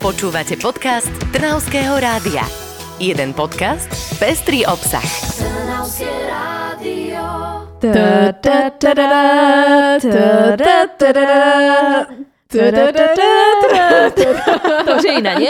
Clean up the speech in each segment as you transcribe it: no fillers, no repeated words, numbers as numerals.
Počúvate podcast Trnavského rádia. Jeden podcast, pestrý obsah. Trnavské rádio. To už je iná, nie?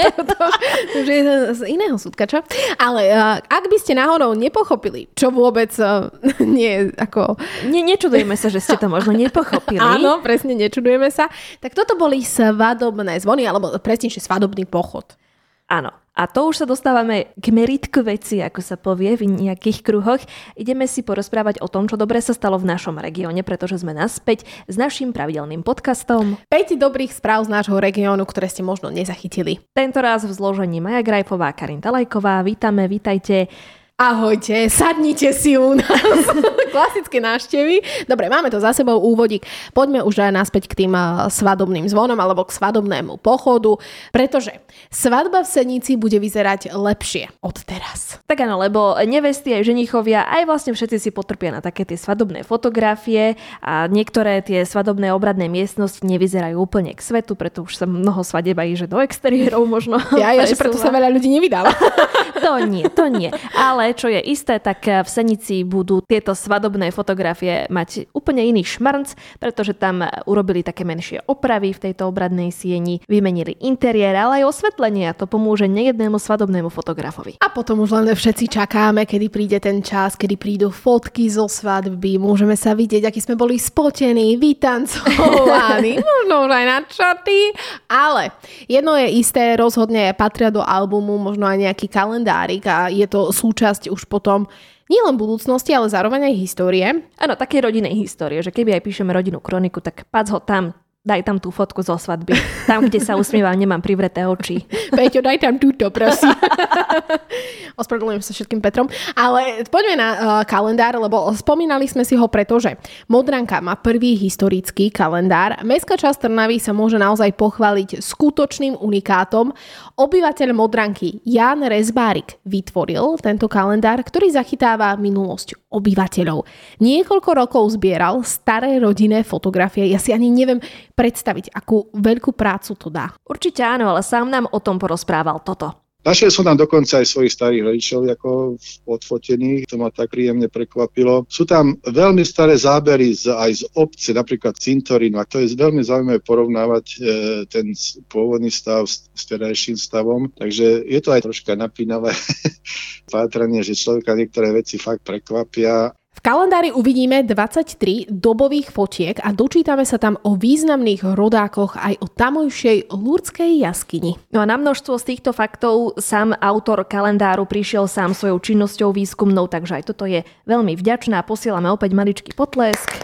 To už je z iného súdkača. Ale ak by ste náhodou nepochopili, čo vôbec nie je ako... Nečudujeme sa, že ste to možno nepochopili. Áno, presne, nečudujeme sa. Tak toto boli svadobné zvony, alebo presnejšie svadobný pochod. Áno. A to už sa dostávame k meritku veci, ako sa povie v nejakých kruhoch. Ideme si porozprávať o tom, čo dobre sa stalo v našom regióne, pretože sme naspäť s naším pravidelným podcastom. 5 dobrých správ z nášho regiónu, ktoré ste možno nezachytili. Tento raz v zložení Maja Grajfová, Karin Talajková. Vítajte. Ahojte, sadnite si u nás. Klasické návštevy. Dobre, máme to za sebou úvodík. Poďme už aj naspäť k tým svadobným zvonom alebo k svadobnému pochodu, pretože svadba v Senici bude vyzerať lepšie od teraz. Tak áno, lebo nevesty aj ženichovia aj vlastne všetci si potrpia na také tie svadobné fotografie a niektoré tie svadobné obradné miestnosti nevyzerajú úplne k svetu, preto už sa mnoho svadieb aj že do exteriérov možno. Ja že preto sa veľa ľudí nevydáva. To nie. Ale čo je isté, tak v Senici budú tieto svadobné fotografie mať úplne iný šmrnc, pretože tam urobili také menšie opravy v tejto obradnej sieni, vymenili interiér, ale aj osvetlenie a to pomôže nejednému svadobnému fotografovi. A potom už len všetci čakáme, kedy príde ten čas, kedy prídu fotky zo svadby, môžeme sa vidieť, aký sme boli spotení, vytancovaní, možno už aj nadšatí, ale jedno je isté, rozhodne patria do albumu možno aj nejaký kalendárik a je to súčasť už potom nielen budúcnosti, ale zároveň aj histórie. Áno, také rodinnej histórie, že keby aj píšeme rodinnú kroniku, tak pac ho tam, daj tam tú fotku zo svadby. Tam, kde sa usmievam, nemám privreté oči. Peťo, daj tam túto, prosím. Ospravedlňujem sa všetkým Petrom. Ale poďme na kalendár, lebo spomínali sme si ho, pretože Modranka má prvý historický kalendár. Mestská časť Trnavy sa môže naozaj pochváliť skutočným unikátom. Obyvateľ Modranky Ján Rezbárik vytvoril tento kalendár, ktorý zachytáva minulosť obyvateľov. Niekoľko rokov zbieral staré rodinné fotografie. Ja si ani neviem predstaviť, akú veľkú prácu to dá. Určite áno, ale sám nám o tom porozprával toto. Našiel som tam dokonca aj svojich starých rodičov ako odfotených, to ma tak príjemne prekvapilo. Sú tam veľmi staré zábery aj z obce, napríklad cintorínu, a to je veľmi zaujímavé porovnávať ten pôvodný stav s terajším stavom, takže je to aj troška napínavé pátranie, že človeka niektoré veci fakt prekvapia. V kalendári uvidíme 23 dobových fotiek a dočítame sa tam o významných rodákoch aj o tamojšej Lurdskej jaskyni. No a na množstvo z týchto faktov sám autor kalendáru prišiel sám svojou činnosťou výskumnou, takže aj toto je veľmi vďačná. Posielame opäť maličký potlesk.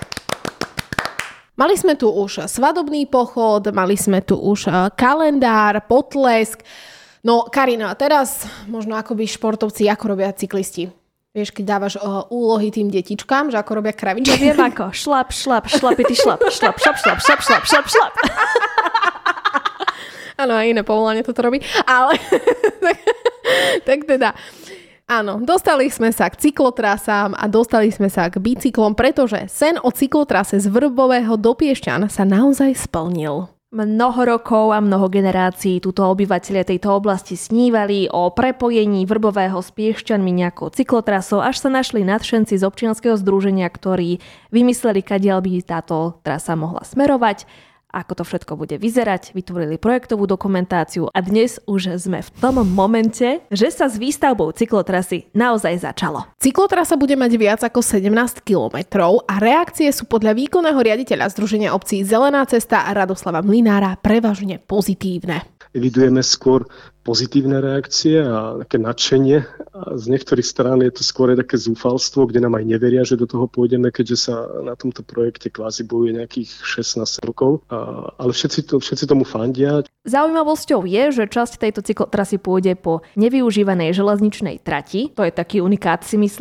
Mali sme tu už svadobný pochod, mali sme tu už kalendár, potlesk. No Karina, teraz možno akoby športovci, ako robia cyklisti. Vieš, keď dávaš úlohy tým detičkám, že ako robia kravičky. Neviem ako. Šlap, šlapity, šlap. Áno, aj iné povolanie toto robí. Ale tak teda, áno, dostali sme sa k cyklotrasám a dostali sme sa k bicyklom, pretože sen o cyklotrase z Vrbového do Piešťan sa naozaj splnil. Mnoho rokov a mnoho generácií túto obyvatelia tejto oblasti snívali o prepojení Vrbového s Piešťanmi nejakou cyklotrasou, až sa našli nadšenci z občianskeho združenia, ktorí vymysleli, kadiaľ by táto trasa mohla smerovať, ako to všetko bude vyzerať, vytvorili projektovú dokumentáciu a dnes už sme v tom momente, že sa s výstavbou cyklotrasy naozaj začalo. Cyklotrasa bude mať viac ako 17 kilometrov a reakcie sú podľa výkonného riaditeľa Združenia obcí Zelená cesta a Radoslava Mlynára prevažne pozitívne. Evidujeme skôr pozitívne reakcie a také nadšenie. A z niektorých strán je to skôr také zúfalstvo, kde nám aj neveria, že do toho pôjdeme, keďže sa na tomto projekte kvázi bojuje nejakých 16 rokov. Ale všetci tomu fandia. Zaujímavosťou je, že časť tejto cyklotrasy pôjde po nevyužívanej železničnej trati. To je taký unikát, si myslím.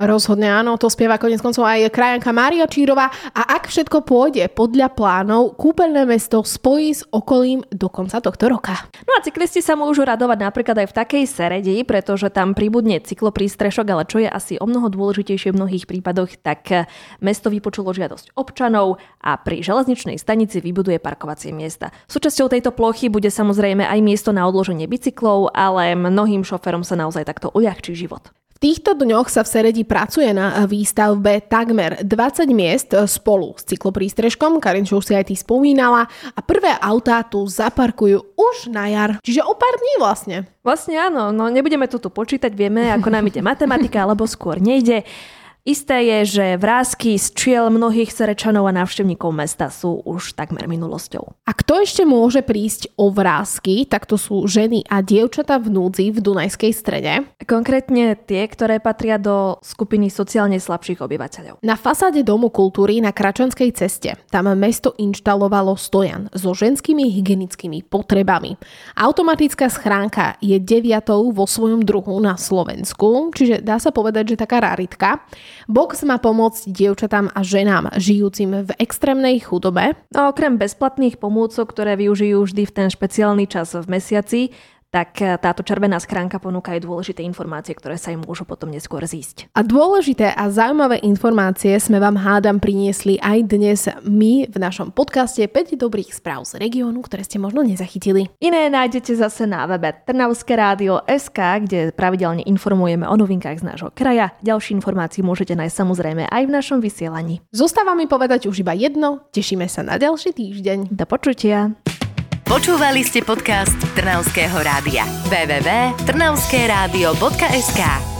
Rozhodne áno, to spieva koniec koncov aj krajanka Mária Čírová a ak všetko pôjde podľa plánov, kúpeľné mesto spojí s okolím do konca tohto roka. No a cyklisti sa môžu radovať napríklad aj v takej Seredi, pretože tam pribudne cykloprístrešok, ale čo je asi o mnoho dôležitejšie v mnohých prípadoch, tak mesto vypočulo žiadosť občanov a pri železničnej stanici vybuduje parkovacie miesta. Súčasťou tejto plochy bude samozrejme aj miesto na odloženie bicyklov, ale mnohým šoférom sa naozaj takto uľahčí život. V týchto dňoch sa v Seredi pracuje na výstavbe takmer 20 miest spolu s cykloprístrežkom, Karin, čo už si aj ty spomínala, a prvé autá tu zaparkujú už na jar, čiže o pár dní vlastne. Vlastne áno, no nebudeme to tu počítať, vieme, ako nám ide matematika, alebo skôr nejde. Isté je, že vrásky z čiel mnohých Serečanov a návštevníkov mesta sú už takmer minulosťou. A kto ešte môže prísť o vrásky, tak to sú ženy a dievčatá v núdzi v Dunajskej Strede. Konkrétne tie, ktoré patria do skupiny sociálne slabších obyvateľov. Na fasáde Domu kultúry na Kračanskej ceste tam mesto inštalovalo stojan so ženskými hygienickými potrebami. Automatická schránka je 9. vo svojom druhu na Slovensku, čiže dá sa povedať, že taká raritka. Box má pomôcť dievčatám a ženám žijúcim v extrémnej chudobe. No, okrem bezplatných pomôcok, ktoré využijú vždy v ten špeciálny čas v mesiaci, tak táto červená schránka ponúka aj dôležité informácie, ktoré sa im môžu potom neskôr zísť. A dôležité a zaujímavé informácie sme vám hádam priniesli aj dnes my v našom podcaste 5 dobrých správ z regiónu, ktoré ste možno nezachytili. Iné nájdete zase na webe Trnavskeradio.sk, kde pravidelne informujeme o novinkách z nášho kraja. Ďalšie informácie môžete nájsť samozrejme aj v našom vysielaní. Zostáva mi povedať už iba jedno, tešíme sa na ďalší týždeň. Do počutia. Počúvali ste podcast Trnavského rádia. www.trnavskeradio.sk